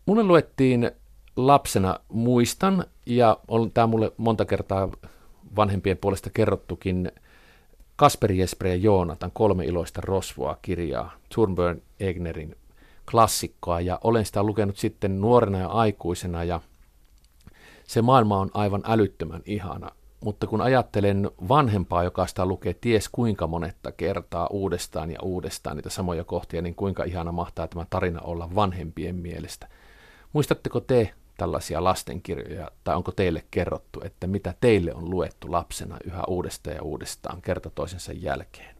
Mulle luettiin lapsena, muistan, ja on tämä mulle monta kertaa vanhempien puolesta kerrottukin, Kasperi, Jesper ja Joonatan 3 iloista rosvoa -kirjaa, Thornburn Egnerin klassikkoa, ja olen sitä lukenut sitten nuorena ja aikuisena, ja se maailma on aivan älyttömän ihana. Mutta kun ajattelen vanhempaa, joka sitä lukee ties kuinka monetta kertaa uudestaan ja uudestaan niitä samoja kohtia, niin kuinka ihana mahtaa tämä tarina olla vanhempien mielestä. Muistatteko te tällaisia lastenkirjoja, tai onko teille kerrottu, että mitä teille on luettu lapsena yhä uudestaan ja uudestaan kerta toisensa jälkeen?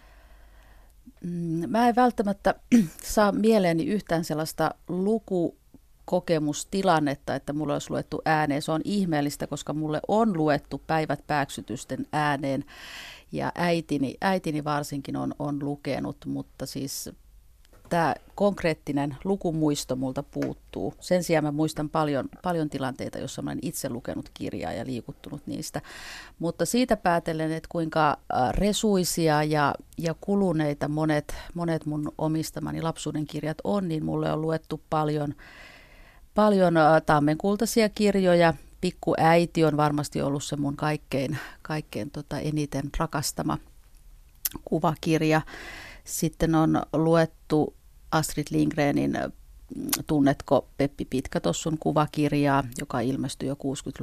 Mä en välttämättä saa mieleeni yhtään sellaista lukukokemustilannetta, että mulle olisi luettu ääneen. Se on ihmeellistä, koska mulle on luettu päivät pääksytysten ääneen, ja äitini varsinkin on lukenut, mutta siis tämä konkreettinen lukumuisto multa puuttuu. Sen sijaan mä muistan paljon tilanteita, joissa olen itse lukenut kirjaa ja liikuttunut niistä. Mutta siitä päätellen, että kuinka resuisia ja kuluneita monet mun omistamani lapsuuden kirjat on, niin mulle on luettu paljon tammenkultaisia kirjoja. Pikku äiti on varmasti ollut se mun kaikkein eniten rakastama kuvakirja. Sitten on luettu Astrid Lindgrenin Tunnetko Peppi Pitkätossun -kuvakirjaa, joka ilmestyi jo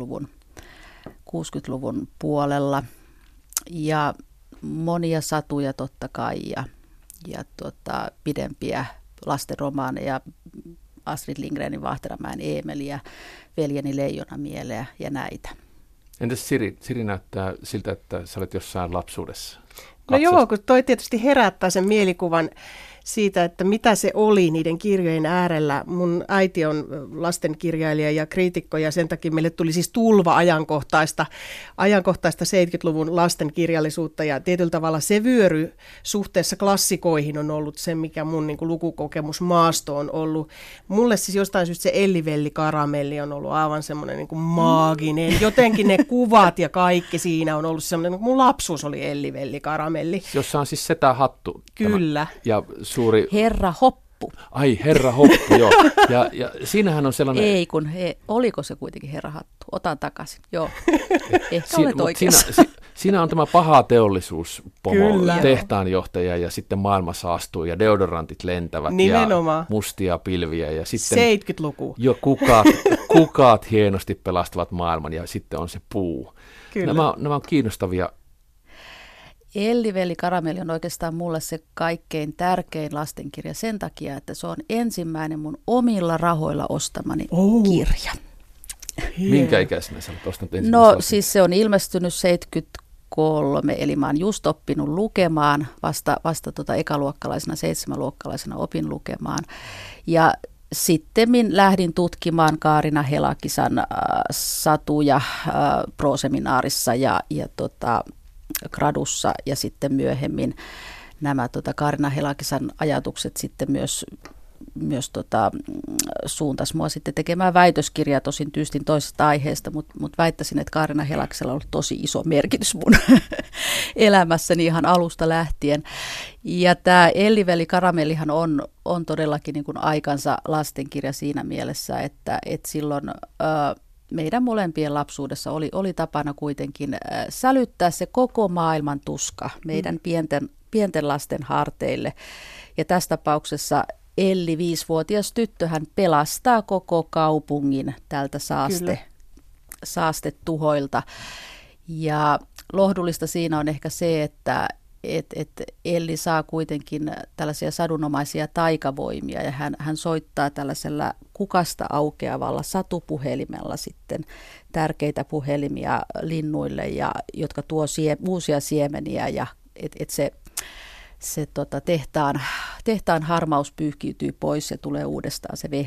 60-luvun puolella. Ja monia satuja totta kai ja pidempiä lastenromaaneja, Astrid Lindgrenin Vahteramäen Eemeliä, Veljeni Leijonamieleä ja näitä. Entäs Siri? Siri näyttää siltä, että sä olet jossain lapsuudessa. No joo, kun toi tietysti herättää sen mielikuvan siitä, että mitä se oli niiden kirjojen äärellä. Mun äiti on lastenkirjailija ja kriitikko, ja sen takia meille tuli siis tulva ajankohtaista 70-luvun lastenkirjallisuutta, ja tietyllä tavalla se vyöry suhteessa klassikoihin on ollut se, mikä mun niin kuin lukukokemusmaasto on ollut. Mulle siis jostain syystä se Elli Velli Karamelli on ollut aivan semmoinen niin kuin maaginen. Jotenkin ne kuvat ja kaikki siinä on ollut semmoinen, mun lapsuus oli Elli Velli Karamelli. Jossa on siis setähattu. Kyllä. Ja suuri... Herra Hoppu. Ai, Herra Hoppu, joo. Ja siinähän on sellainen... Ei, oliko se kuitenkin Herra Hattu? Otan takaisin, joo. Ehkä olet oikeassa. Siinä on tämä paha teollisuuspomo, tehtaanjohtaja, ja sitten maailma saastuu ja deodorantit lentävät. Nimenomaan. Ja mustia pilviä. Ja sitten 70-luku. Jo kukaat hienosti pelastavat maailman, ja sitten on se puu. Kyllä. Nämä on kiinnostavia. Elli Velli Karamelli on oikeastaan mulle se kaikkein tärkein lastenkirja sen takia, että se on ensimmäinen mun omilla rahoilla ostamani kirja. Minkä ikäisenä sä olet ostanut ensimmäisen No siis se on ilmestynyt 73, eli mä oon just oppinut lukemaan, vasta ekaluokkalaisena, 7-luokkalaisena opin lukemaan. Ja sittemmin lähdin tutkimaan Kaarina Helakisan satuja proseminaarissa ja gradussa, ja sitten myöhemmin nämä Kaarina Helakisan ajatukset sitten myös suuntasi mua sitten tekemään väitöskirjaa, tosin tyystin toisesta aiheesta, mutta väittäisin, että Kaarina Helakisella on ollut tosi iso merkitys mun elämässäni ihan alusta lähtien. Ja tämä Elli Velli Karamellihan on todellakin niin kuin aikansa lastenkirja siinä mielessä, että silloin meidän molempien lapsuudessa oli tapana kuitenkin sälyttää se koko maailman tuska meidän pienten lasten harteille. Ja tässä tapauksessa Elli, 5-vuotias tyttö, hän pelastaa koko kaupungin tältä saastetuhoilta. Ja lohdullista siinä on ehkä se, että Elli saa kuitenkin tällaisia sadunomaisia taikavoimia, ja hän soittaa tällaisella kukasta aukeavalla satupuhelimella sitten tärkeitä puhelimia linnuille, jotka tuo uusia siemeniä, ja se tehtaan harmaus pyyhkiytyy pois ja tulee uudestaan se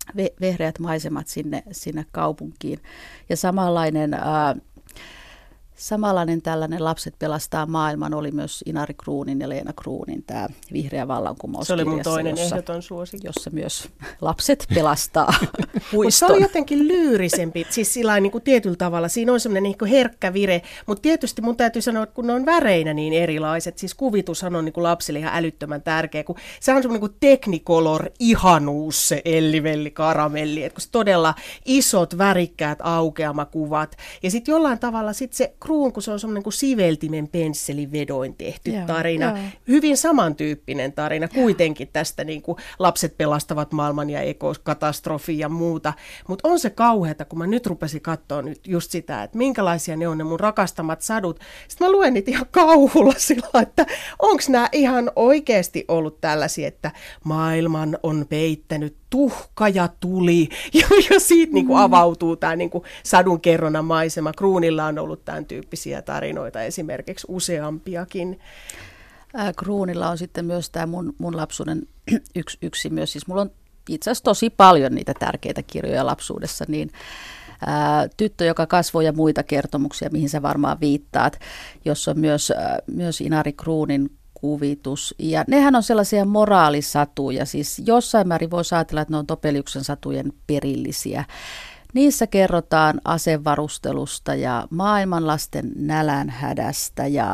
vehreät maisemat sinne kaupunkiin. Ja samanlainen samanlainen tällainen Lapset pelastaa maailman oli myös Inari Kruunin ja Leena Kruunin tämä Vihreä vallankumous. Se oli mun toinen ehdoton suosikki. Jossa myös lapset pelastaa puiston. Se on jotenkin lyyrisempi, siis sillain niin kuin tietyllä tavalla. Siinä on semmoinen niin kuin herkkä vire, mutta tietysti mun täytyy sanoa, että kun ne on väreinä niin erilaiset, siis kuvitushan on niin kuin lapsille ihan älyttömän tärkeä, kun se on semmoinen niin kuin Technicolor-ihanuus se Elli-Velli Karamelli, että kun se todella isot värikkäät aukeamakuvat ja sitten jollain tavalla sit se Kruun, kun se on semmoinen kuin siveltimen pensselin vedoin tehty tarina. Hyvin samantyyppinen tarina kuitenkin tästä niin kuin lapset pelastavat maailman ja ekokatastrofi ja muuta. Mutta on se kauheata, kun mä nyt rupesin katsoa nyt just sitä, että minkälaisia ne on ne mun rakastamat sadut. Sitten mä luen niitä ihan kauhulla sillä, että onko nämä ihan oikeasti ollut tällaisia, että maailman on peittänyt tuhka ja tuli, ja siitä niin kuin avautuu tämä niin kuin sadun kerronnan maisema. Kruunilla on ollut tämän tyyppisiä tarinoita, esimerkiksi useampiakin. Kruunilla on sitten myös tämä mun lapsuuden yksi myös, siis mulla on itse asiassa tosi paljon niitä tärkeitä kirjoja lapsuudessa, niin Tyttö, joka kasvoi ja muita kertomuksia, mihin sä varmaan viittaat, jossa on myös Inari Kruunin kuvitus. Ja nehän on sellaisia moraalisatuja, siis jossain määrin voi ajatella, että ne on Topeliuksen satujen perillisiä. Niissä kerrotaan asevarustelusta ja maailmanlasten nälänhädästä ja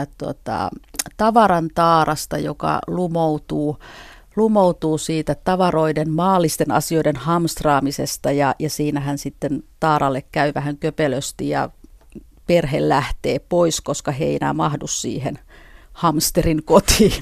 tavaran taarasta, joka lumoutuu siitä tavaroiden maallisten asioiden hamstraamisesta ja siinähän sitten taaralle käy vähän köpelösti ja perhe lähtee pois, koska he ei enää mahdu siihen hamsterin kotiin.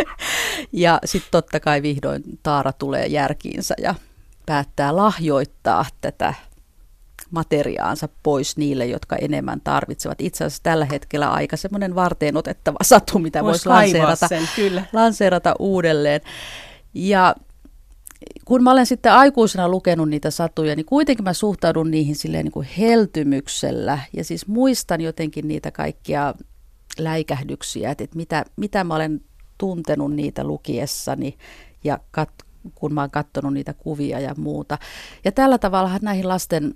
Ja sitten totta kai vihdoin Taara tulee järkiinsä ja päättää lahjoittaa tätä materiaansa pois niille, jotka enemmän tarvitsevat. Itse asiassa tällä hetkellä aika semmoinen varteen otettava satu, mitä voisi lanseerata uudelleen. Ja kun mä olen sitten aikuisena lukenut niitä satuja, niin kuitenkin mä suhtaudun niihin silleen niin kuin heltymyksellä. Ja siis muistan jotenkin niitä kaikkia läikähdyksiä, että mitä mä olen tuntenut niitä lukiessani ja kun mä oon katsonut niitä kuvia ja muuta. Ja tällä tavalla näihin lasten,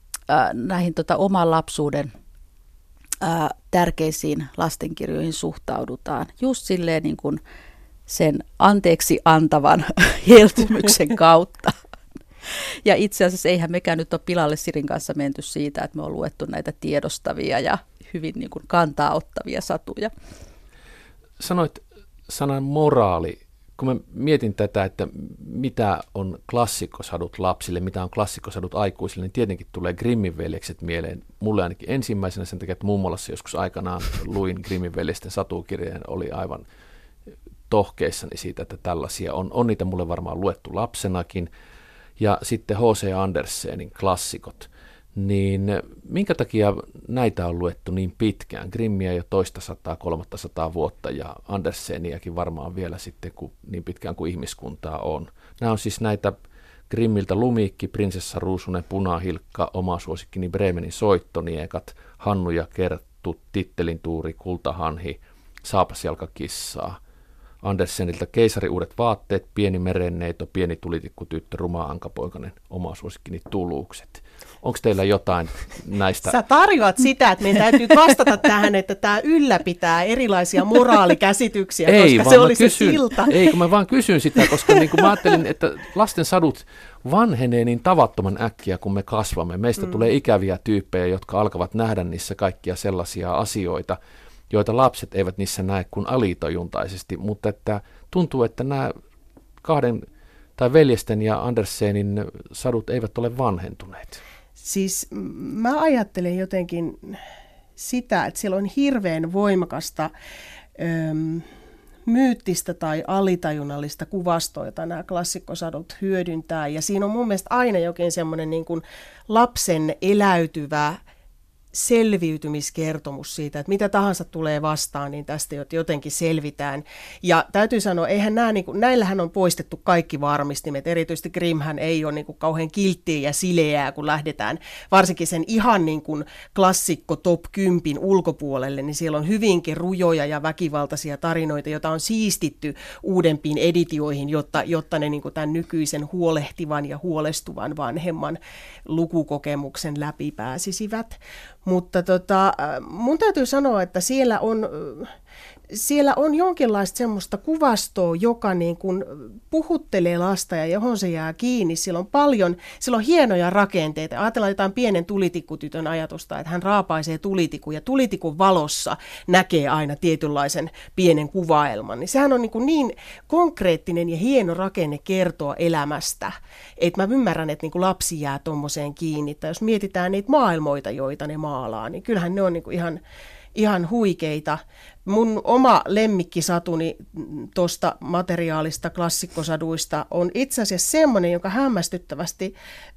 oman lapsuuden tärkeisiin lastenkirjoihin suhtaudutaan. Just silleen niin kuin sen anteeksi antavan heltymyksen kautta. Ja itse asiassa eihän mekään nyt ole pilalle Sirin kanssa menty siitä, että me on luettu näitä tiedostavia ja hyvin niin kuin kantaa ottavia satuja. Sanoit sanan moraali. Kun mä mietin tätä, että mitä on klassikkosadut lapsille, mitä on klassikkosadut aikuisille, niin tietenkin tulee Grimmin veljekset mieleen. Mulle ainakin ensimmäisenä sen takia, että mummolassa joskus aikanaan luin Grimmin veljesten satukirjeen, oli aivan tohkeissani siitä, että tällaisia on. On niitä mulle varmaan luettu lapsenakin. Ja sitten H.C. Andersenin klassikot. Niin minkä takia näitä on luettu niin pitkään? Grimmiä jo 200-300 vuotta ja Anderseniakin varmaan vielä sitten niin pitkään kuin ihmiskuntaa on. Nämä on siis näitä Grimmiltä Lumiikki, Prinsessa Ruusunen, Punahilkka, oma suosikkini Bremenin soittoniekat, Hannu ja Kerttu, Tittelintuuri, Kultahanhi, Saapasjalkakissaa. Andersenilta Keisari uudet vaatteet, Pieni merenneito, Pieni tulitikkutyttö, Ruma ankapoikainen, oma suosikkini Tuluukset. Onko teillä jotain näistä? Sä tarjoat sitä, että meidän täytyy vastata tähän, että tämä ylläpitää erilaisia moraalikäsityksiä, koska se oli se silta. Ei, kun mä vaan kysyn sitä, koska niin mä ajattelin, että lasten sadut vanhenee niin tavattoman äkkiä, kun me kasvamme. Meistä tulee ikäviä tyyppejä, jotka alkavat nähdä niissä kaikkia sellaisia asioita, joita lapset eivät niissä näe kuin alitajuntaisesti, mutta että tuntuu, että nämä veljesten ja Andersenin sadut eivät ole vanhentuneet. Siis mä ajattelen jotenkin sitä, että siellä on hirveän voimakasta myyttistä tai alitajunnallista kuvastoa, jota nämä klassikkosadut hyödyntää. Ja siinä on mun mielestä aina jokin semmoinen niin kuin lapsen eläytyvä selviytymiskertomus siitä, että mitä tahansa tulee vastaan, niin tästä jotenkin selvitään. Ja täytyy sanoa, eihän näillähän on poistettu kaikki varmistimet, erityisesti Grimmhän ei ole kauhean kilttiä ja sileää, kun lähdetään varsinkin sen ihan klassikko top 10 ulkopuolelle, niin siellä on hyvinkin rujoja ja väkivaltaisia tarinoita, joita on siistitty uudempiin editioihin, jotta ne tämän nykyisen huolehtivan ja huolestuvan vanhemman lukukokemuksen läpi pääsisivät. Mutta mun täytyy sanoa, että siellä on jonkinlaista semmoista kuvastoa, joka niin kuin puhuttelee lasta ja johon se jää kiinni. Siellä on hienoja rakenteita. Ajatellaan jotain pienen tulitikkutytön ajatusta, että hän raapaisee tulitikun ja tulitikun valossa näkee aina tietynlaisen pienen kuvaelman. Niin sehän on niin konkreettinen ja hieno rakenne kertoa elämästä, että mä ymmärrän, että niin kuin lapsi jää tommoseen kiinni. Tai jos mietitään niitä maailmoita, joita ne maalaa, niin kyllähän ne on niin kuin ihan huikeita. Mun oma lemmikkisatuni tuosta materiaalista, klassikkosaduista on itse asiassa semmoinen, joka hämmästyttävästi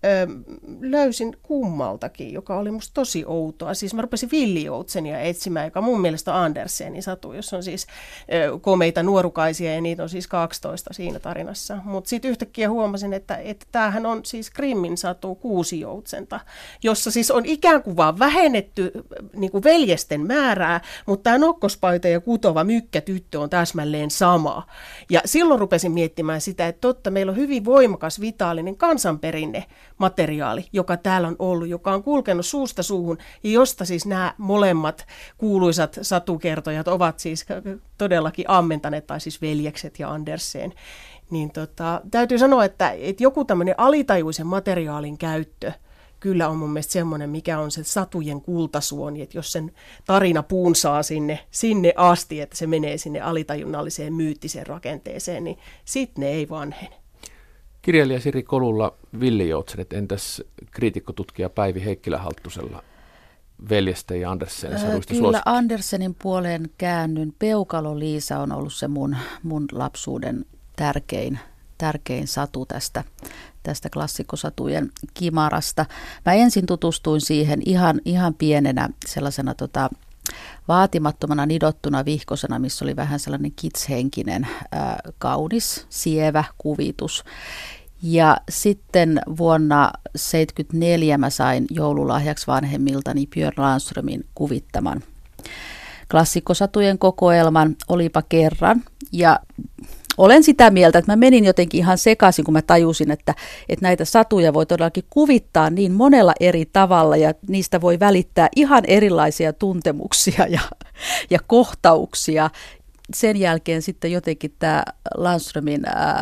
löysin kummaltakin, joka oli musta tosi outoa. Siis mä rupesin Villejoutsenia etsimään, joka mun mielestä on Andersenin satu, jossa on siis komeita nuorukaisia ja niitä on siis 12 siinä tarinassa. Mutta sitten yhtäkkiä huomasin, että tämähän on siis Grimmin satu 6 joutsenta, jossa siis on ikään kuin vaan vähennetty niin kuin veljesten määrää, mutta tämä nokkospaita ja kutova mykkätyttö on täsmälleen sama. Ja silloin rupesin miettimään sitä, että totta, meillä on hyvin voimakas, vitaalinen kansanperinnemateriaali, joka täällä on ollut, joka on kulkenut suusta suuhun, ja josta siis nämä molemmat kuuluisat satukertojat ovat siis todellakin ammentaneet, tai siis veljekset ja Andersen. Niin täytyy sanoa, että joku tämmöinen alitajuisen materiaalin käyttö kyllä on mun mielestä semmoinen, mikä on se satujen kultasuoni, että jos sen tarina puunsaa sinne asti, että se menee sinne alitajunnalliseen myyttiseen rakenteeseen, niin sitten ne ei vanhene. Kirjailija Siri Kolulla, Villejoutsenet, entäs kriitikkotutkija Päivi Heikkilä-Halttusella veljesten ja Andersenin saduista Kyllä suosikki? Andersenin puoleen käännyn. Peukalo-Liisa on ollut se mun lapsuuden tärkein satu tästä klassikkosatujen kimarasta. Mä ensin tutustuin siihen ihan pienenä sellaisena vaatimattomana nidottuna vihkosena, missä oli vähän sellainen kids-henkinen, kaunis, sievä kuvitus. Ja sitten vuonna 1974 mä sain joululahjaksi vanhemmiltani Björn Landströmin kuvittaman klassikkosatujen kokoelman Olipa kerran. Ja olen sitä mieltä, että mä menin jotenkin ihan sekaisin, kun mä tajusin, että näitä satuja voi todellakin kuvittaa niin monella eri tavalla ja niistä voi välittää ihan erilaisia tuntemuksia ja kohtauksia. Sen jälkeen sitten jotenkin tämä Landströmin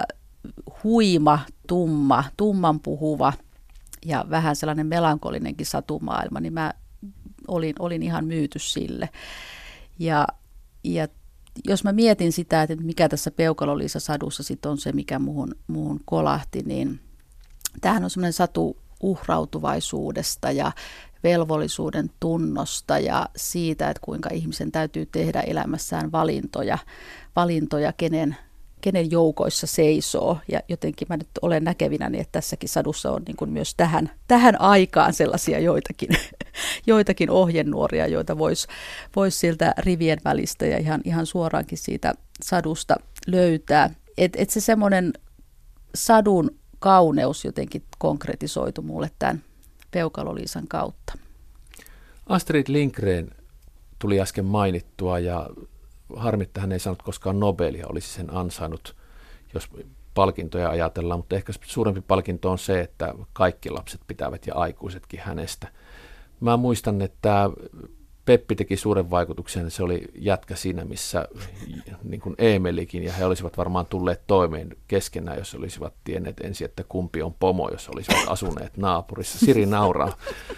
huima, tumman puhuva ja vähän sellainen melankolinenkin satumaailma, niin mä olin ihan myyty sille. Ja jos mä mietin sitä, että mikä tässä Peukalo-Liisa sadussa sit on se, mikä muuhun kolahti, niin tämähän on semmoinen satu uhrautuvaisuudesta ja velvollisuuden tunnosta ja siitä, että kuinka ihmisen täytyy tehdä elämässään valintoja kenen joukoissa seisoo. Ja jotenkin mä nyt olen näkevinäni, että tässäkin sadussa on niin kuin myös tähän aikaan sellaisia joitakin ohjenuoria, joita voisi sieltä rivien välistä ja ihan suoraankin siitä sadusta löytää. Et se semmoinen sadun kauneus jotenkin konkretisoitu mulle tämän Peukalo-Liisan kautta. Astrid Lindgren tuli äsken mainittua ja harmi, että hän ei saanut koskaan Nobelia, olisi sen ansainnut, jos palkintoja ajatellaan, mutta ehkä suurempi palkinto on se, että kaikki lapset pitävät ja aikuisetkin hänestä. Mä muistan, että Peppi teki suuren vaikutuksen, se oli jätkä siinä, missä niin kuin Eemelikin, ja he olisivat varmaan tulleet toimeen keskenään, jos olisivat tienneet ensin, että kumpi on pomo, jos olisivat asuneet naapurissa. Siri nauraa.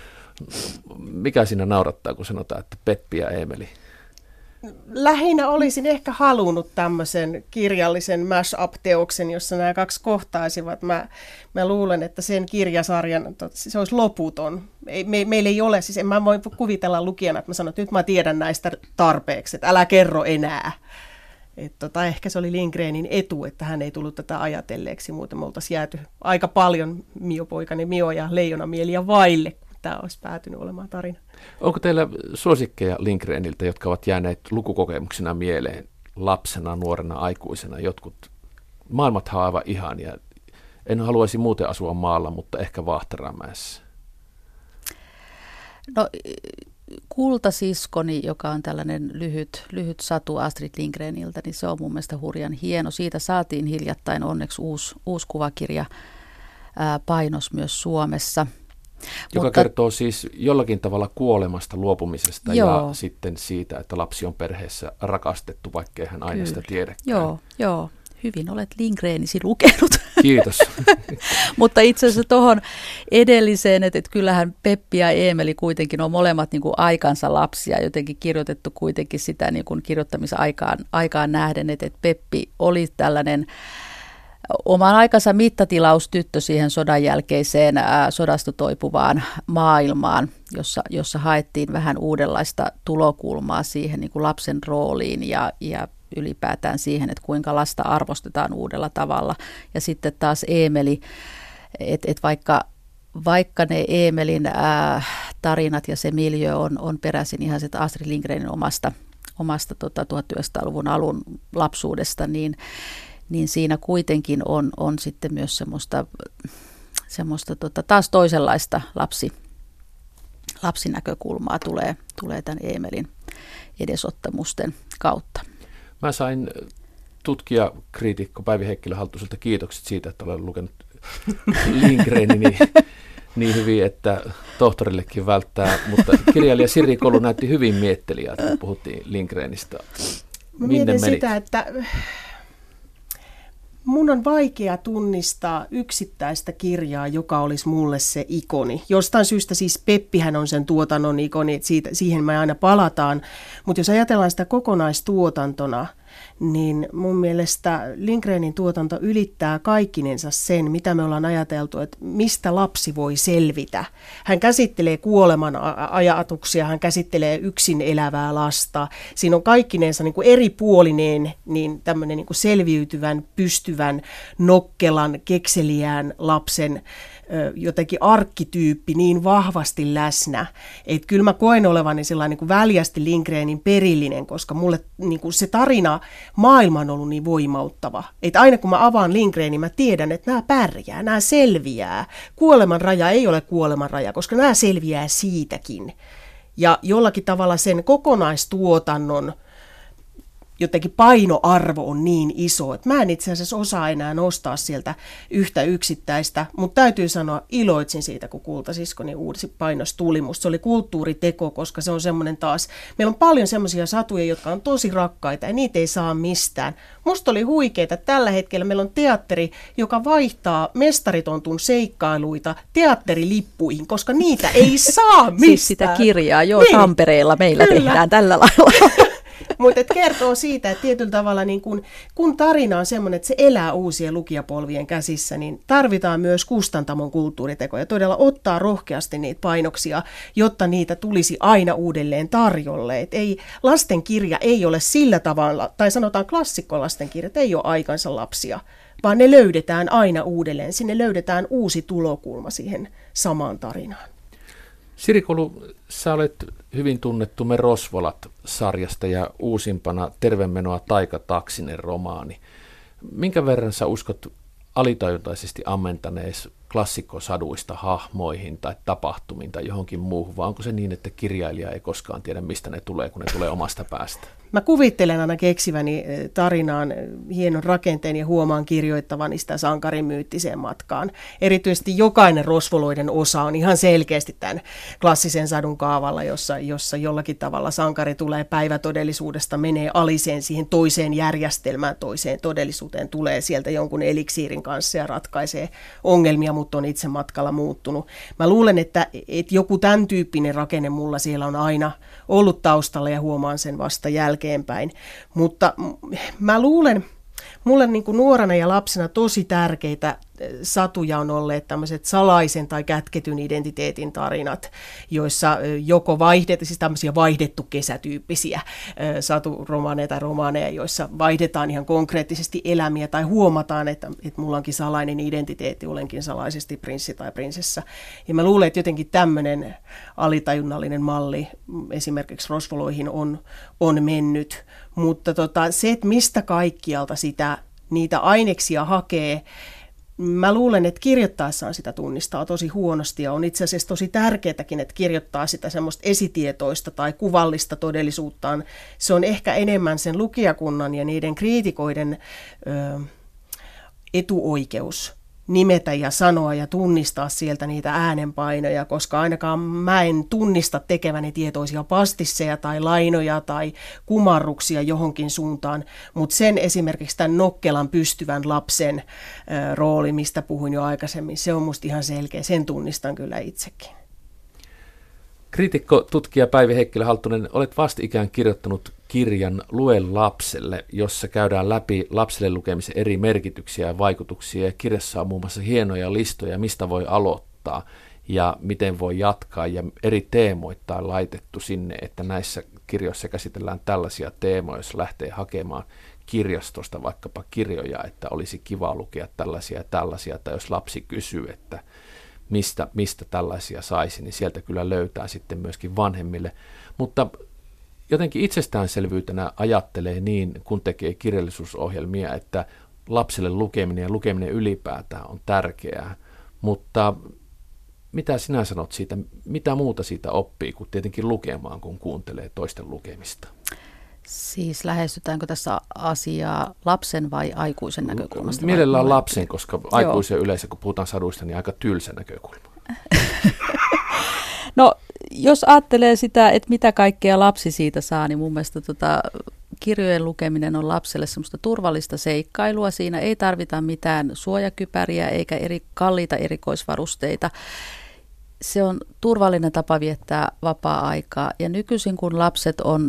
Mikä siinä naurattaa, kun sanotaan, että Peppi ja Eemeli? Lähinnä olisin ehkä halunnut tämmöisen kirjallisen mash-up-teoksen, jossa nämä kaksi kohtaisivat. Mä luulen, että sen kirjasarjan, se olisi loputon. Meillä ei ole, siis en mä voi kuvitella lukijana, että mä sanon, että nyt mä tiedän näistä tarpeeksi, että älä kerro enää. Ehkä se oli Lindgrenin etu, että hän ei tullut tätä ajatelleeksi, muuten me oltaisiin jääty aika paljon Mio-poikani Mio ja Leijonamieliä vaille, tämä olisi päätynyt olemaan tarina. Onko teillä suosikkeja Lindgreniltä, jotka ovat jääneet lukukokemuksena mieleen lapsena, nuorena, aikuisena? Jotkut maailmathan on aivan ihania. En haluaisi muuten asua maalla, mutta ehkä Vaahteramäessä. No, Kultasiskoni, joka on tällainen lyhyt satu Astrid Lindgreniltä, niin se on mun mielestä hurjan hieno. Siitä saatiin hiljattain onneksi uusi kuvakirja painos myös Suomessa. Joka kertoo siis jollakin tavalla kuolemasta, luopumisesta ja sitten siitä, että lapsi on perheessä rakastettu, vaikkei hän aina sitä tiedäkään. Joo. Hyvin olet Lindgrenisi lukenut. Kiitos. Mutta itse asiassa tuohon edelliseen, että kyllähän Peppi ja Eemeli kuitenkin on molemmat niin kuin aikansa lapsia, jotenkin kirjoitettu kuitenkin sitä niin kuin kirjoittamisaikaan nähden, että Peppi oli tällainen oman aikansa mittatilaustyttö siihen sodan jälkeiseen sodasta toipuvaan maailmaan, jossa haettiin vähän uudenlaista tulokulmaa siihen niin kuin lapsen rooliin ja ylipäätään siihen, että kuinka lasta arvostetaan uudella tavalla. Ja sitten taas Eemeli, että vaikka ne Eemelin tarinat ja se miljö on peräisin ihan sitä Astrid Lindgrenin omasta 1900-luvun alun lapsuudesta, niin siinä kuitenkin on sitten myös semmoista taas toisenlaista lapsinäkökulmaa tulee tämän Eemelin edesottamusten kautta. Mä sain tutkijakriitikko Päivi Heikkilä-Haltuselta kiitokset siitä, että olen lukenut Lindgrenin niin hyvin, että tohtorillekin välttää, mutta kirjailija Siri Kolu näytti hyvin miettelijältä, kun puhuttiin Lindgrenistä. Mä mietin sitä, että mun on vaikea tunnistaa yksittäistä kirjaa, joka olisi mulle se ikoni. Jostain syystä siis Peppihän on sen tuotannon ikoni, että siihen me aina palataan. Mutta jos ajatellaan sitä kokonaistuotantona, niin mun mielestä Lindgrenin tuotanto ylittää kaikkinensa sen, mitä me ollaan ajateltu, että mistä lapsi voi selvitä. Hän käsittelee kuoleman ajatuksia, hän käsittelee yksin elävää lasta. Siinä on kaikkinensa niin kuin eripuolinen, niin tämmöinen niin kuin selviytyvän, pystyvän, nokkelan, kekseliään lapsen jotenkin arkkityyppi niin vahvasti läsnä, että kyllä mä koen olevani sellainen niin kuin väljästi Lindgrenin perillinen, koska mulle niin kuin se tarina maailma on ollut niin voimauttava. Että aina kun mä avaan Lindgrenin, mä tiedän, että nämä pärjää, nämä selviää. Kuoleman raja ei ole kuoleman raja, koska nämä selviää siitäkin. Ja jollakin tavalla sen kokonaistuotannon jotenkin painoarvo on niin iso, että mä en itse asiassa osaa enää nostaa sieltä yhtä yksittäistä, mutta täytyy sanoa, iloitsin siitä, kun Kultasiskoni uusi painos tuli. Musta se oli kulttuuriteko, koska se on semmoinen taas, meillä on paljon semmoisia satuja, jotka on tosi rakkaita ja niitä ei saa mistään. Musta oli huikeeta, että tällä hetkellä meillä on teatteri, joka vaihtaa mestaritontun seikkailuita teatterilippuihin, koska niitä ei saa mistään. Siis sitä kirjaa, niin. Tampereella meillä kyllä tehdään tällä lailla. Mutta kertoo siitä, että tietyllä tavalla niin kun tarina on semmoinen, että se elää uusien lukijapolvien käsissä, niin tarvitaan myös kustantamon kulttuuritekoja. Todella ottaa rohkeasti niitä painoksia, jotta niitä tulisi aina uudelleen tarjolle. Et lastenkirja ei ole sillä tavalla, tai sanotaan klassikkolastenkirjat ei ole aikansa lapsia, vaan ne löydetään aina uudelleen. Sinne löydetään uusi tulokulma siihen samaan tarinaan. Siri Kolu, sä olet hyvin tunnettu Me Rosvolat-sarjasta ja uusimpana Tervemenoa taikataksinen romaani. Minkä verran sä uskot alitajuntaisesti ammentanees klassikkosaduista hahmoihin tai tapahtumiin tai johonkin muuhun, vai onko se niin, että kirjailija ei koskaan tiedä, mistä ne tulee, kun ne tulee omasta päästä? Mä kuvittelen aina keksiväni tarinaan hienon rakenteen ja huomaan kirjoittavani sitä sankarimyyttiseen matkaan. Erityisesti jokainen rosvoloiden osa on ihan selkeästi tämän klassisen sadun kaavalla, jossa jollakin tavalla sankari tulee päivätodellisuudesta, menee aliseen siihen toiseen järjestelmään, toiseen todellisuuteen, tulee sieltä jonkun eliksiirin kanssa ja ratkaisee ongelmia, mutta on itse matkalla muuttunut. Mä luulen, että joku tämän tyyppinen rakenne mulla siellä on aina ollut taustalla ja huomaan sen vasta jälkeenpäin. Mutta mä luulen, mulle niin kuin nuorena ja lapsena tosi tärkeitä satuja on olleet tämmöiset salaisen tai kätketyn identiteetin tarinat, joissa joko siis tämmöisiä vaihdettu kesätyyppisiä saturomaaneja tai romaaneja, joissa vaihdetaan ihan konkreettisesti elämiä tai huomataan, että mulla onkin salainen identiteetti, olenkin salaisesti prinssi tai prinsessa. Ja mä luulen, että jotenkin tämmöinen alitajunnallinen malli esimerkiksi rosvoloihin on mennyt, mutta se, että mistä kaikkialta niitä aineksia hakee, mä luulen, että kirjoittaessaan sitä tunnistaa tosi huonosti ja on itse asiassa tosi tärkeätäkin, että kirjoittaa sitä semmoista esitietoista tai kuvallista todellisuuttaan. Se on ehkä enemmän sen lukijakunnan ja niiden kriitikoiden etuoikeus nimetä ja sanoa ja tunnistaa sieltä niitä äänenpainoja, koska ainakaan mä en tunnista tekeväni tietoisia pastisseja tai lainoja tai kumarruksia johonkin suuntaan, mutta sen esimerkiksi tämän nokkelan pystyvän lapsen rooli, mistä puhuin jo aikaisemmin, se on musta ihan selkeä, sen tunnistan kyllä itsekin. Kriitikko, tutkija Päivi Heikkilä-Halttunen, olet vastikään kirjoittanut kirjan Lue lapselle, jossa käydään läpi lapselle lukemisen eri merkityksiä ja vaikutuksia. Ja kirjassa on muun muassa hienoja listoja, mistä voi aloittaa ja miten voi jatkaa. Ja eri teemoita on laitettu sinne, että näissä kirjoissa käsitellään tällaisia teemoja, jos lähtee hakemaan kirjastosta vaikkapa kirjoja, että olisi kiva lukea tällaisia ja tällaisia. Tai jos lapsi kysyy, että mistä tällaisia saisi, niin sieltä kyllä löytää sitten myöskin vanhemmille. Mutta jotenkin itsestäänselvyytenä ajattelee niin, kun tekee kirjallisuusohjelmia, että lapselle lukeminen ja lukeminen ylipäätään on tärkeää. Mutta mitä sinä sanot siitä, mitä muuta siitä oppii, kun tietenkin lukemaan, kun kuuntelee toisten lukemista? Siis lähestytäänkö tässä asiaa lapsen vai aikuisen näkökulmasta? Mielellään lapsen, koska aikuisen yleensä, kun puhutaan saduista, niin aika tylsä näkökulma. No, jos ajattelee sitä, että mitä kaikkea lapsi siitä saa, niin mun mielestä kirjojen lukeminen on lapselle semmoista turvallista seikkailua. Siinä ei tarvita mitään suojakypäriä eikä kalliita erikoisvarusteita. Se on turvallinen tapa viettää vapaa-aikaa. Ja nykyisin, kun lapset on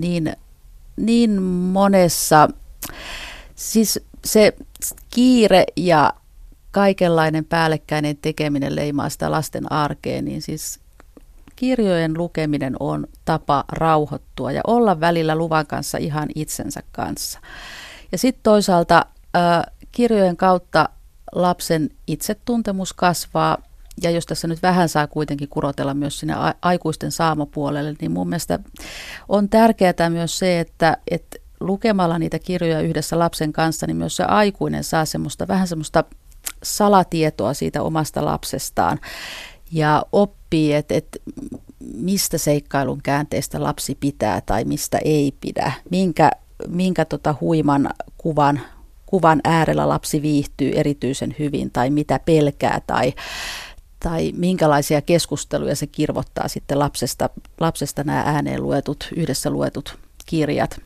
niin monessa, siis se kiire ja kaikenlainen päällekkäinen tekeminen leimaa sitä lasten arkeen, niin siis kirjojen lukeminen on tapa rauhoittua ja olla välillä luvan kanssa ihan itsensä kanssa. Ja sitten toisaalta kirjojen kautta lapsen itsetuntemus kasvaa, ja jos tässä nyt vähän saa kuitenkin kurotella myös sinne aikuisten saamopuolelle, niin mun mielestä on tärkeää myös se, että lukemalla niitä kirjoja yhdessä lapsen kanssa, niin myös se aikuinen saa vähän semmoista salatietoa siitä omasta lapsestaan ja oppii, että mistä seikkailun käänteestä lapsi pitää tai mistä ei pidä, minkä huiman kuvan äärellä lapsi viihtyy erityisen hyvin tai mitä pelkää tai minkälaisia keskusteluja se kirvoittaa sitten lapsesta nämä ääneen yhdessä luetut kirjat.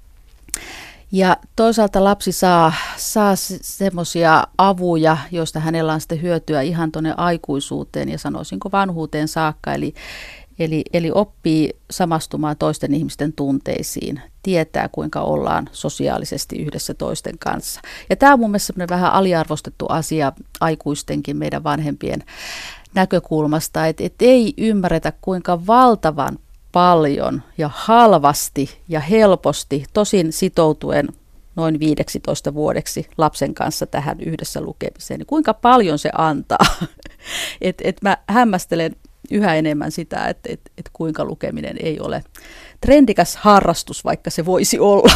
Ja toisaalta lapsi saa semmoisia avuja, joista hänellä on sitten hyötyä ihan tuonne aikuisuuteen ja sanoisinko vanhuuteen saakka, eli oppii samastumaan toisten ihmisten tunteisiin, tietää kuinka ollaan sosiaalisesti yhdessä toisten kanssa. Ja tämä on mun mielestä semmoinen vähän aliarvostettu asia aikuistenkin meidän vanhempien näkökulmasta, että ei ymmärretä kuinka valtavan paljon ja halvasti ja helposti, tosin sitoutuen noin 15 vuodeksi lapsen kanssa tähän yhdessä lukemiseen, niin kuinka paljon se antaa. Mä hämmästelen yhä enemmän sitä, että kuinka lukeminen ei ole trendikäs harrastus, vaikka se voisi olla.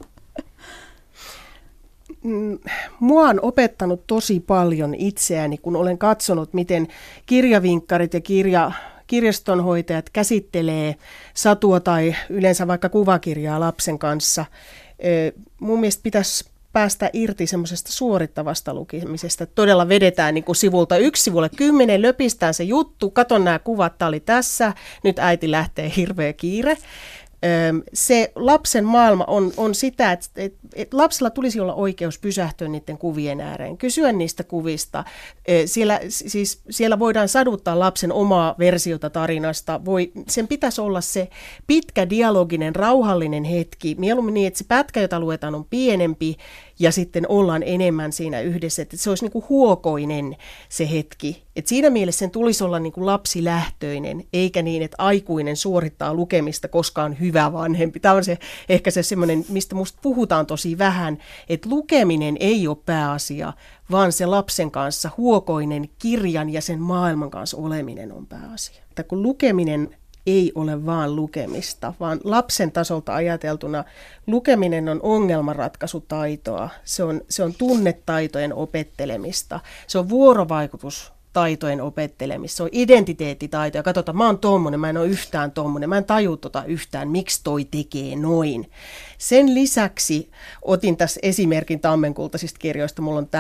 Mua on opettanut tosi paljon itseäni, kun olen katsonut, miten kirjavinkkarit ja kirjastonhoitajat käsittelee satua tai yleensä vaikka kuvakirjaa lapsen kanssa. Mun mielestä pitäisi päästä irti semmoisesta suorittavasta lukemisesta. Todella vedetään niin kuin sivulta 1 sivulle 10, löpistään se juttu, katon nämä kuvat, tämä oli tässä, nyt äiti lähtee, hirveä kiire. Se lapsen maailma on sitä, että lapsella tulisi olla oikeus pysähtyä niiden kuvien ääreen, kysyä niistä kuvista. Siellä voidaan saduttaa lapsen omaa versiota tarinasta. Sen pitäisi olla se pitkä dialoginen, rauhallinen hetki. Mieluummin niin, että se pätkä, jota luetaan, on pienempi ja sitten ollaan enemmän siinä yhdessä. Että se olisi niin kuin huokoinen se hetki. Et siinä mielessä sen tulisi olla niin kuin lapsilähtöinen, eikä niin, että aikuinen suorittaa lukemista, koska on hyvä vanhempi. Tämä on ehkä se semmoinen, mistä musta puhutaan tosi vähän, että lukeminen ei ole pääasia, vaan se lapsen kanssa huokoinen kirjan ja sen maailman kanssa oleminen on pääasia. Että kun lukeminen ei ole vaan lukemista, vaan lapsen tasolta ajateltuna lukeminen on ongelmanratkaisutaitoa, se on tunnetaitojen opettelemista, se on vuorovaikutustaitojen opettelemista, se on identiteettitaitoja. Katsotaan, mä oon tommonen, mä en ole yhtään tommonen, mä en taju yhtään, miksi toi tekee noin. Sen lisäksi otin tässä esimerkin tammenkultaisista kirjoista, mulla on täällä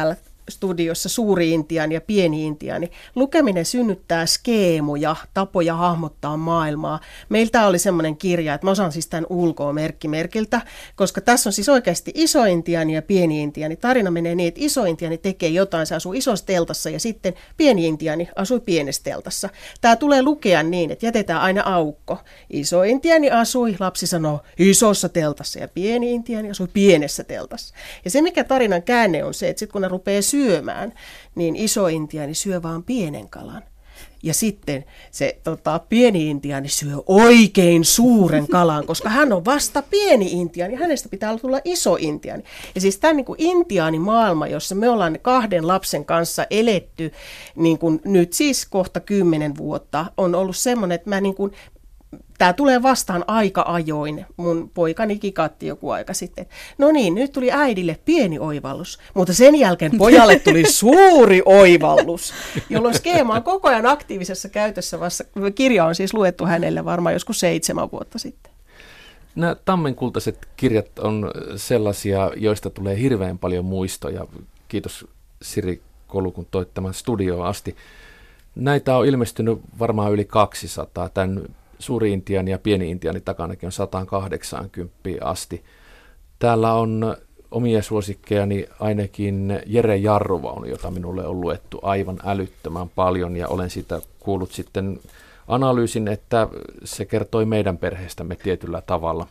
studiossa Suuri-Intiaani ja Pieni-Intiaani. Lukeminen synnyttää skeemuja, tapoja hahmottaa maailmaa. Meiltä oli semmoinen kirja, että mä osaan siis tämän ulkoa merkkimerkiltä, koska tässä on siis oikeasti Iso-Intiaani ja Pieni-Intiaani. Tarina menee niin, että Iso-Intiaani tekee jotain, se asuu isossa teltassa ja sitten Pieni-Intiaani asui pienessä teltassa. Tämä tulee lukea niin, että jätetään aina aukko. Iso-Intiaani asui, lapsi sanoo, isossa teltassa ja Pieni-Intiaani asui pienessä teltassa. Ja se, mikä tarinan käänne on se, että sitten kun ne rupeaa syömään, niin Iso-Intiaani syö vaan pienen kalan. Ja sitten se Pieni-Intiaani syö oikein suuren kalan, koska hän on vasta Pieni-Intiaani ja hänestä pitää tulla Iso-Intiaani. Ja siis tämä niin kuin intiaanimaailma, jossa me ollaan 2 lapsen kanssa eletty niin kuin nyt siis kohta 10 vuotta, on ollut semmoinen, että tämä tulee vastaan aika ajoin. Mun poikani kikatti joku aika sitten. No niin, nyt tuli äidille pieni oivallus, mutta sen jälkeen pojalle tuli suuri oivallus, jolloin skeema on koko ajan aktiivisessa käytössä. Kirja on siis luettu hänelle varmaan joskus 7 vuotta sitten. Nämä tammenkultaiset kirjat on sellaisia, joista tulee hirveän paljon muistoja. Kiitos Siri Kolu, kun toit tämän studioon asti. Näitä on ilmestynyt varmaan yli 200. Tämän Suuri-Intiaani ja Pieni-Intiaani takanakin on 180 asti. Täällä on omia suosikkejani ainakin Jere Jarruvaunu, jota minulle on luettu aivan älyttömän paljon, ja olen siitä kuullut sitten analyysin, että se kertoi meidän perheestämme tietyllä tavalla.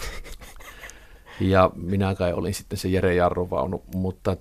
Ja minä kai olin sitten se Jere Jarruvaunu, mutta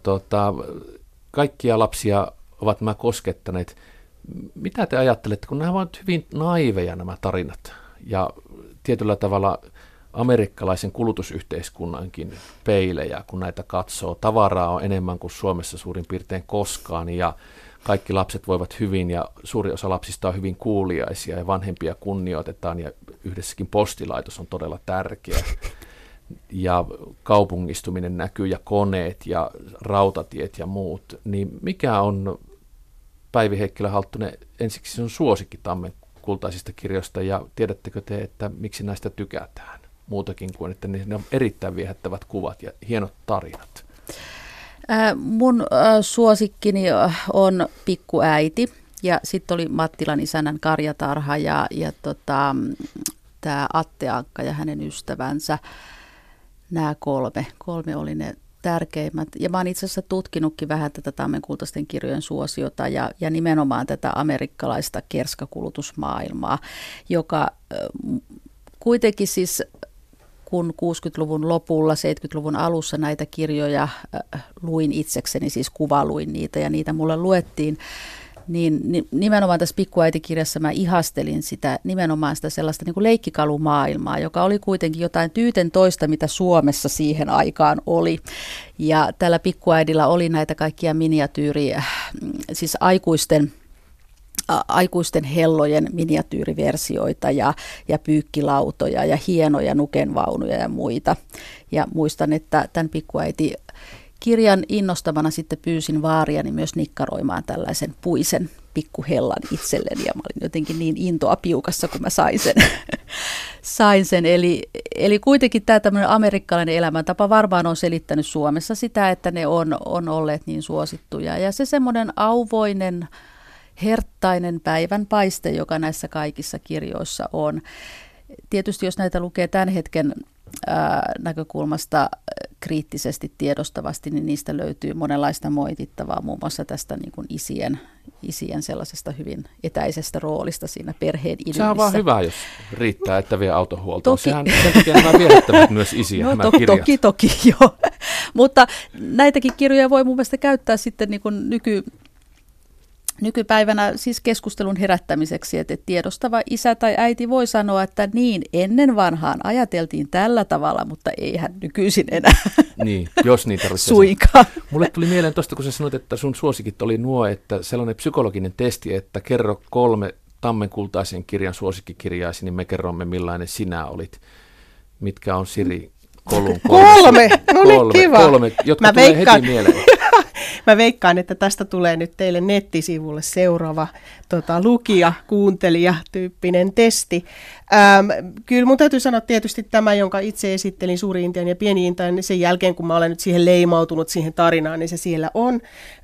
kaikkia lapsia ovat nämä koskettaneet. Mitä te ajattelette, kun nämä ovat hyvin naiveja nämä tarinat ja tietyllä tavalla amerikkalaisen kulutusyhteiskunnankin peilejä, kun näitä katsoo. Tavaraa on enemmän kuin Suomessa suurin piirtein koskaan ja kaikki lapset voivat hyvin ja suuri osa lapsista on hyvin kuuliaisia ja vanhempia kunnioitetaan ja yhdessäkin postilaitos on todella tärkeä. Ja kaupungistuminen näkyy ja koneet ja rautatiet ja muut, niin mikä on Päivi Heikkilä-Halttunen ensiksi sinun suosikki tammenkultaisista kirjoista ja tiedättekö te, että miksi näistä tykätään muutakin kuin, että ne on erittäin viehättävät kuvat ja hienot tarinat? Mun suosikkini on Pikkuäiti ja sitten oli Mattilan isännän karjatarha ja tämä Atte Ankka ja hänen ystävänsä. Nämä kolme oli ne tärkeimmät. Ja mä oon itse asiassa tutkinutkin vähän tätä tammenkultaisten kirjojen suosiota ja nimenomaan tätä amerikkalaista kerskakulutusmaailmaa, joka kuitenkin siis kun 60-luvun lopulla, 70-luvun alussa näitä kirjoja luin itsekseni, siis kuvaluin niitä ja niitä mulle luettiin, niin nimenomaan tässä Pikkuäiti-kirjassa mä ihastelin nimenomaan sitä sellaista niin kuin leikkikalumaailmaa, joka oli kuitenkin jotain tyyten toista, mitä Suomessa siihen aikaan oli. Ja tällä Pikkuäidillä oli näitä kaikkia miniatyyriä, siis aikuisten hellojen miniatyyriversioita ja pyykkilautoja ja hienoja nukenvaunuja ja muita. Ja muistan, että tämän Pikkuäiti-kirjan innostamana sitten pyysin vaariani myös nikkaroimaan tällaisen puisen pikkuhellan itselleni. Ja mä olin jotenkin niin intoa piukassa, kun mä sain sen. Eli kuitenkin tämä tämmöinen amerikkalainen elämäntapa varmaan on selittänyt Suomessa sitä, että ne on olleet niin suosittuja. Ja se semmoinen auvoinen, herttainen päivänpaiste, joka näissä kaikissa kirjoissa on. Tietysti jos näitä lukee tämän hetken näkökulmasta kriittisesti tiedostavasti, niin niistä löytyy monenlaista moitittavaa, muun muassa tästä niin kuin isien sellaisesta hyvin etäisestä roolista siinä perheen idyllissä. Se on vaan hyvä, jos riittää, että vie autohuoltoon. Sehän sen takia nämä viehättävät myös isiä, no, nämä kirjat. Toki, joo. Mutta näitäkin kirjoja voi mun mielestä käyttää sitten niin kuin nykypäivänä siis keskustelun herättämiseksi, että tiedostava isä tai äiti voi sanoa, että niin, ennen vanhaan ajateltiin tällä tavalla, mutta eihän nykyisin enää. Niin, jos niitä tarvitsee. Suinkaan. Mulle tuli mieleen tuosta, kun sä sanoit, että sun suosikit oli nuo, että sellainen psykologinen testi, että kerro 3 tammenkultaisen kirjan suosikkikirjaisi, niin me kerromme millainen sinä olit. Mitkä on Siri Kolun 3? No niin, kiva. 3, jotka tulee heti mieleen. Mä veikkaan, että tästä tulee nyt teille nettisivulle seuraava lukija, kuuntelija tyyppinen testi. Kyllä mun täytyy sanoa tietysti tämä, jonka itse esittelin, Suuri Intian ja Pieni Intian, niin sen jälkeen kun mä olen nyt siihen leimautunut siihen tarinaan, niin se siellä on.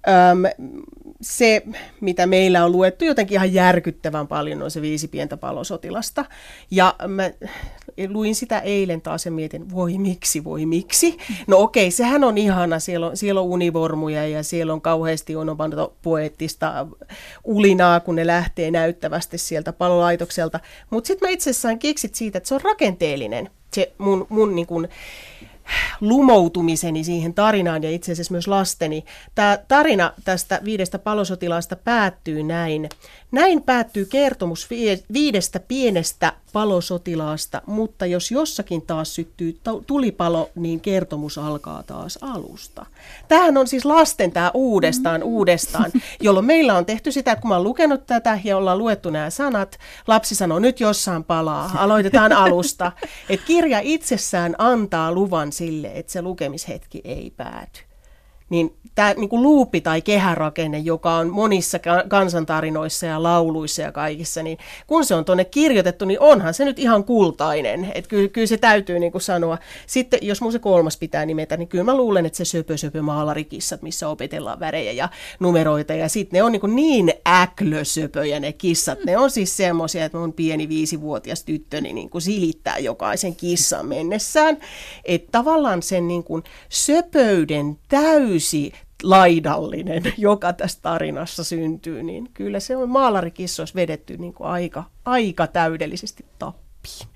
Se, mitä meillä on luettu jotenkin ihan järkyttävän paljon, on se 5 pientä palosotilasta. Ja mä luin sitä eilen taas ja mietin, voi miksi? No okei, sehän on ihana, siellä on univormuja ja siellä on kauheasti onomatopoeettista ulinaa, kun ne lähtee näyttävästi sieltä palolaitokselta. Mutta sitten mä itse asiassa sain kiksit siitä, että se on rakenteellinen, se mun niin kuin lumoutumiseni siihen tarinaan ja itse asiassa myös lasteni. Tämä tarina tästä 5 palosotilaasta päättyy näin. Näin päättyy kertomus 5 pienestä palosotilaasta, mutta jos jossakin taas syttyy tulipalo, niin kertomus alkaa taas alusta. Tämähän on siis lasten tämä uudestaan, jolloin meillä on tehty sitä, että kun mä oon lukenut tätä ja ollaan luettu nämä sanat, lapsi sanoo, nyt jossain palaa, aloitetaan alusta. Et kirja itsessään antaa luvan sille, että se lukemishetki ei pääty. Niin tämä niin luupi tai kehärakenne, joka on monissa kansantarinoissa ja lauluissa ja kaikissa, niin kun se on tuonne kirjoitettu, niin onhan se nyt ihan kultainen. Että kyllä se täytyy niin kuin sanoa. Sitten jos mun se 3. pitää nimetä, niin kyllä mä luulen, että se söpö maalarikissat, missä opetellaan värejä ja numeroita. Ja sitten ne on niin äklösöpöjä ne kissat. Ne on siis semmoisia, että mun pieni 5-vuotias tyttöni niin kuin silittää jokaisen kissan mennessään. Että tavallaan sen niin kuin söpöyden täysi laidallinen, joka tässä tarinassa syntyy, niin kyllä se on maalarikissoissa vedetty niin kuin aika täydellisesti tappiin.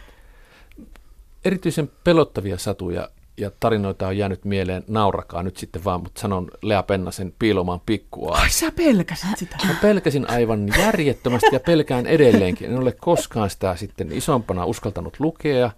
Erityisen pelottavia satuja ja tarinoita on jäänyt mieleen, naurakaa nyt sitten vaan, mutta sanon Lea Pennasen Piilomaan pikkua. Ai sä pelkäsit sitä? Mä pelkäsin aivan järjettömästi ja pelkään edelleenkin. En ole koskaan sitä sitten isompana uskaltanut lukea.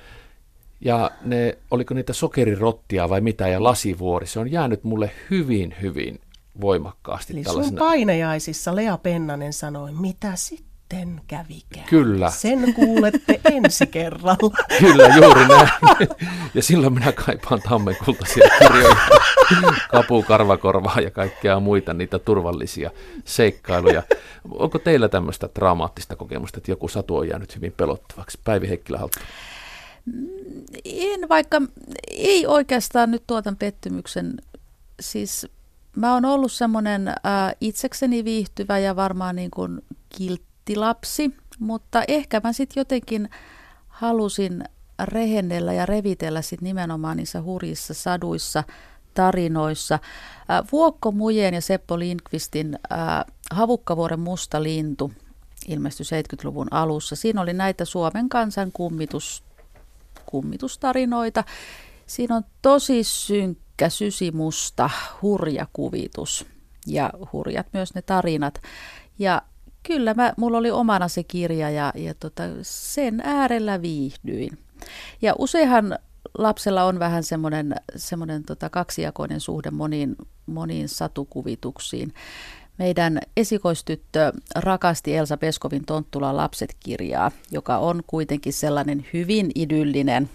Ja oliko niitä sokerirottia vai mitä ja lasivuori, se on jäänyt mulle hyvin, hyvin voimakkaasti. Eli sun painajaisissa Lea Pennanen sanoi, mitä sitten kävikään? Kyllä. Sen kuulette ensi kerralla. Kyllä, juuri näin. Ja silloin minä kaipaan tammenkultaisia kirjoja, Kapu Karvakorvaa ja kaikkea muita niitä turvallisia seikkailuja. Onko teillä tämmöistä traumaattista kokemusta, että joku satu on jäänyt hyvin pelottavaksi? Päivi Heikkilä-Halttunen. Vaikka ei oikeastaan nyt tuotan pettymyksen, siis mä oon ollut semmoinen itsekseni viihtyvä ja varmaan niin kuin kilttilapsi, mutta ehkä mä sitten jotenkin halusin rehennellä ja revitellä sit nimenomaan niissä hurjissa saduissa, tarinoissa. Vuokko Mujen ja Seppo Lindqvistin Havukkavuoren musta lintu ilmestyi 70-luvun alussa. Siinä oli näitä Suomen kansan kummitustarinoita. Siinä on tosi synkkä, sysimusta, hurja kuvitus ja hurjat myös ne tarinat. Ja kyllä mulla oli omana se kirja ja sen äärellä viihdyin. Ja useinhan lapsella on vähän semmoinen kaksijakoinen suhde moniin satukuvituksiin. Meidän esikoistyttö rakasti Elsa Peskovin Tonttulan lapset-kirjaa, joka on kuitenkin sellainen hyvin idyllinen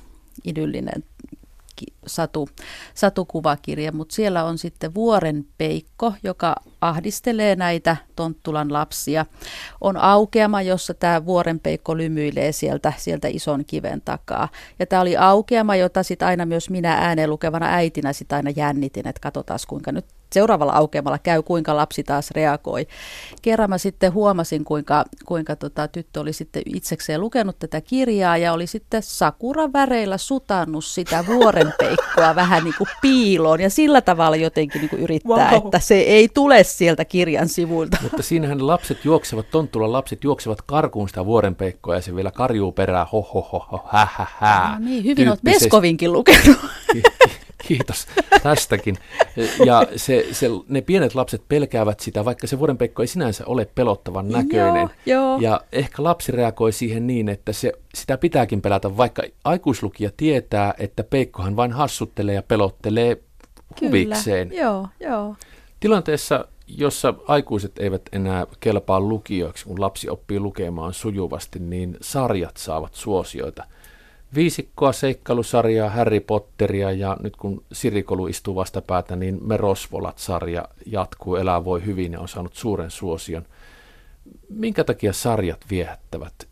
satukuvakirja, mutta siellä on sitten Vuoren Peikko, joka ahdistelee näitä Tonttulan lapsia. On aukeama, jossa tämä Vuoren Peikko lymyilee sieltä ison kiven takaa. Ja tämä oli aukeama, jota sitten aina myös minä ääneen lukevana äitinä sitten aina jännitin, että katsotaan kuinka nyt seuraavalla aukeamalla käy, kuinka lapsi taas reagoi. Kerran mä sitten huomasin, kuinka tyttö oli sitten itsekseen lukenut tätä kirjaa ja oli sitten sakuran väreillä sutannut sitä Vuoren Peikkoa vähän niin kuin piiloon ja sillä tavalla jotenkin niin kuin yrittää, että se ei tule sieltä kirjan sivuilta. Mutta siinähän Tonttulan lapset juoksevat karkuun sitä Vuoren Peikkoa ja se vielä karjuu perään, No niin, hyvin olet Peskovinkin lukenut. Kiitos tästäkin. Ja ne pienet lapset pelkäävät sitä, vaikka se Vuoren Peikko ei sinänsä ole pelottavan näköinen. Joo. Ja ehkä lapsi reagoi siihen niin, että sitä pitääkin pelätä, vaikka aikuislukija tietää, että Peikkohan vain hassuttelee ja pelottelee huvikseen. Kyllä, joo. Tilanteessa, jossa aikuiset eivät enää kelpaa lukijoiksi, kun lapsi oppii lukemaan sujuvasti, niin sarjat saavat suosioita. Viisikkoa, seikkailusarjaa, Harry Potteria ja nyt kun Sirikolu istuu vastapäätä, niin Me Rosvolat-sarja jatkuu, elää voi hyvin ja on saanut suuren suosion. Minkä takia sarjat viehättävät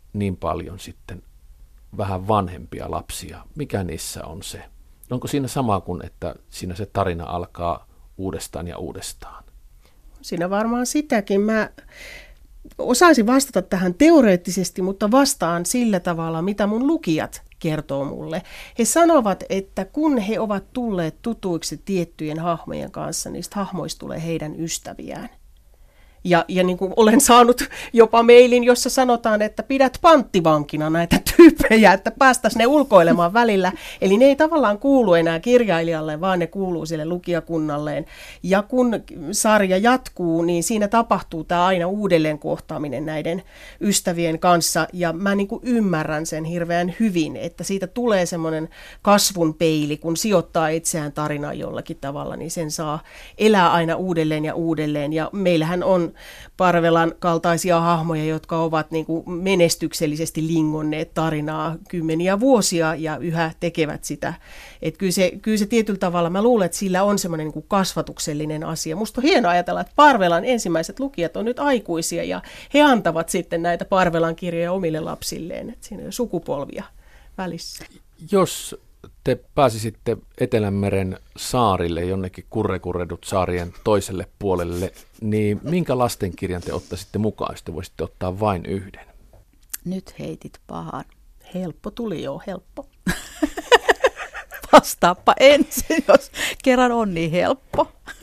niin paljon sitten vähän vanhempia lapsia? Mikä niissä on se? Onko siinä sama kuin, että siinä se tarina alkaa uudestaan ja uudestaan? Siinä varmaan sitäkin. Mä osaisin vastata tähän teoreettisesti, mutta vastaan sillä tavalla, mitä mun lukijat kertoo mulle. He sanovat, että kun he ovat tulleet tutuiksi tiettyjen hahmojen kanssa, niistä hahmoista tulee heidän ystäviään. Ja niin kuin olen saanut jopa mailin, jossa sanotaan, että pidät panttivankina näitä tyyppejä, että päästäisiin ne ulkoilemaan välillä. Eli ne ei tavallaan kuulu enää kirjailijalle, vaan ne kuuluu sille lukijakunnalleen. Ja kun sarja jatkuu, niin siinä tapahtuu tämä aina uudelleen kohtaaminen näiden ystävien kanssa. Ja mä niin kuin ymmärrän sen hirveän hyvin, että siitä tulee semmoinen kasvun peili, kun sijoittaa itseään tarinaan jollakin tavalla, niin sen saa elää aina uudelleen ja uudelleen. Ja meillähän on Parvelan kaltaisia hahmoja, jotka ovat niin kuin menestyksellisesti lingonneet tarinaa kymmeniä vuosia ja yhä tekevät sitä. Että kyllä se tietyllä tavalla, mä luulen, että sillä on semmoinen niin kuin kasvatuksellinen asia. Musta on hienoa ajatella, että Parvelan ensimmäiset lukijat on nyt aikuisia ja he antavat sitten näitä Parvelan kirjoja omille lapsilleen. Että siinä on sukupolvia välissä. Jos te pääsisitte Etelänmeren saarille, jonnekin kurrekurredut saarien toiselle puolelle, niin minkä lastenkirjan te ottaisitte mukaan, jos te voisitte ottaa vain yhden? Nyt heitit pahan. Helppo tuli jo, helppo. Vastaappa ensin, jos kerran on niin helppo.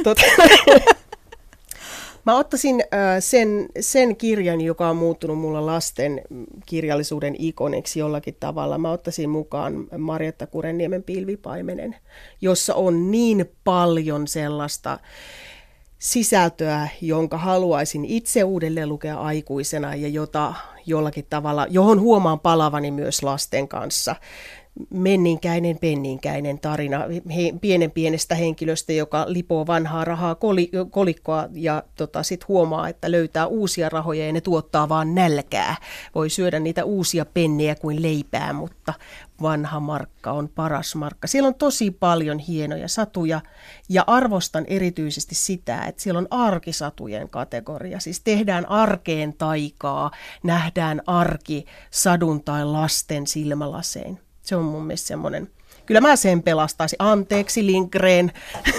Mä ottaisin sen kirjan, joka on muuttunut mulla lasten kirjallisuuden ikoneksi jollakin tavalla. Mä ottaisin mukaan Marjatta Kurenniemen Pilvipaimenen, jossa on niin paljon sellaista sisältöä, jonka haluaisin itse uudelleen lukea aikuisena ja jota jollakin tavalla, johon huomaan palavani myös lasten kanssa. Menninkäinen, penninkäinen tarina pienestä henkilöstä, joka lipoo vanhaa rahaa kolikkoa ja sit huomaa, että löytää uusia rahoja ja ne tuottaa vaan nälkää. Voi syödä niitä uusia pennejä kuin leipää, mutta vanha markka on paras markka. Siellä on tosi paljon hienoja satuja ja arvostan erityisesti sitä, että siellä on arkisatujen kategoria. Siis tehdään arkeen taikaa, nähdään arki sadun tai lasten silmälasein. Se on mun mielestä semmoinen, kyllä mä sen pelastaisin. Anteeksi, Lindgren.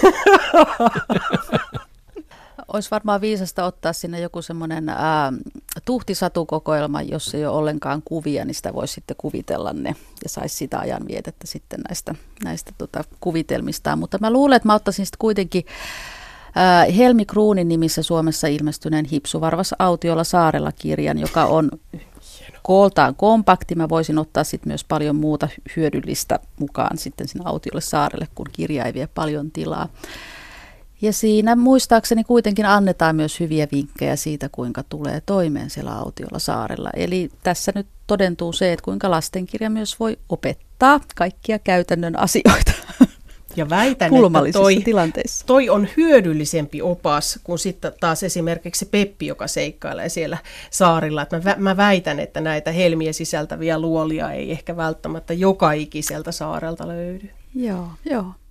Olisi varmaan viisasta ottaa sinne joku semmoinen tuhtisatukokoelma, jos ei ole ollenkaan kuvia, niin sitä voisi sitten kuvitella ne ja saisi sitä ajanvietettä sitten näistä kuvitelmistaan. Mutta mä luulen, että mä ottaisin sitten kuitenkin Helmi Kruunin nimissä Suomessa ilmestyneen Hipsuvarvas autiolla saarella -kirjan, joka on kooltaan kompakti. Mä voisin ottaa sitten myös paljon muuta hyödyllistä mukaan sitten sinne autiolle saarelle, kun kirja ei vie paljon tilaa. Ja siinä muistaakseni kuitenkin annetaan myös hyviä vinkkejä siitä, kuinka tulee toimeen siellä autiolla saarella. Eli tässä nyt todentuu se, että kuinka lastenkirja myös voi opettaa kaikkia käytännön asioita. Ja väitän, että toi on hyödyllisempi opas kuin sitten taas esimerkiksi se Peppi, joka seikkailee siellä saarilla. Että mä väitän, että näitä helmiä sisältäviä luolia ei ehkä välttämättä joka ikiseltä saarelta löydy. Joo.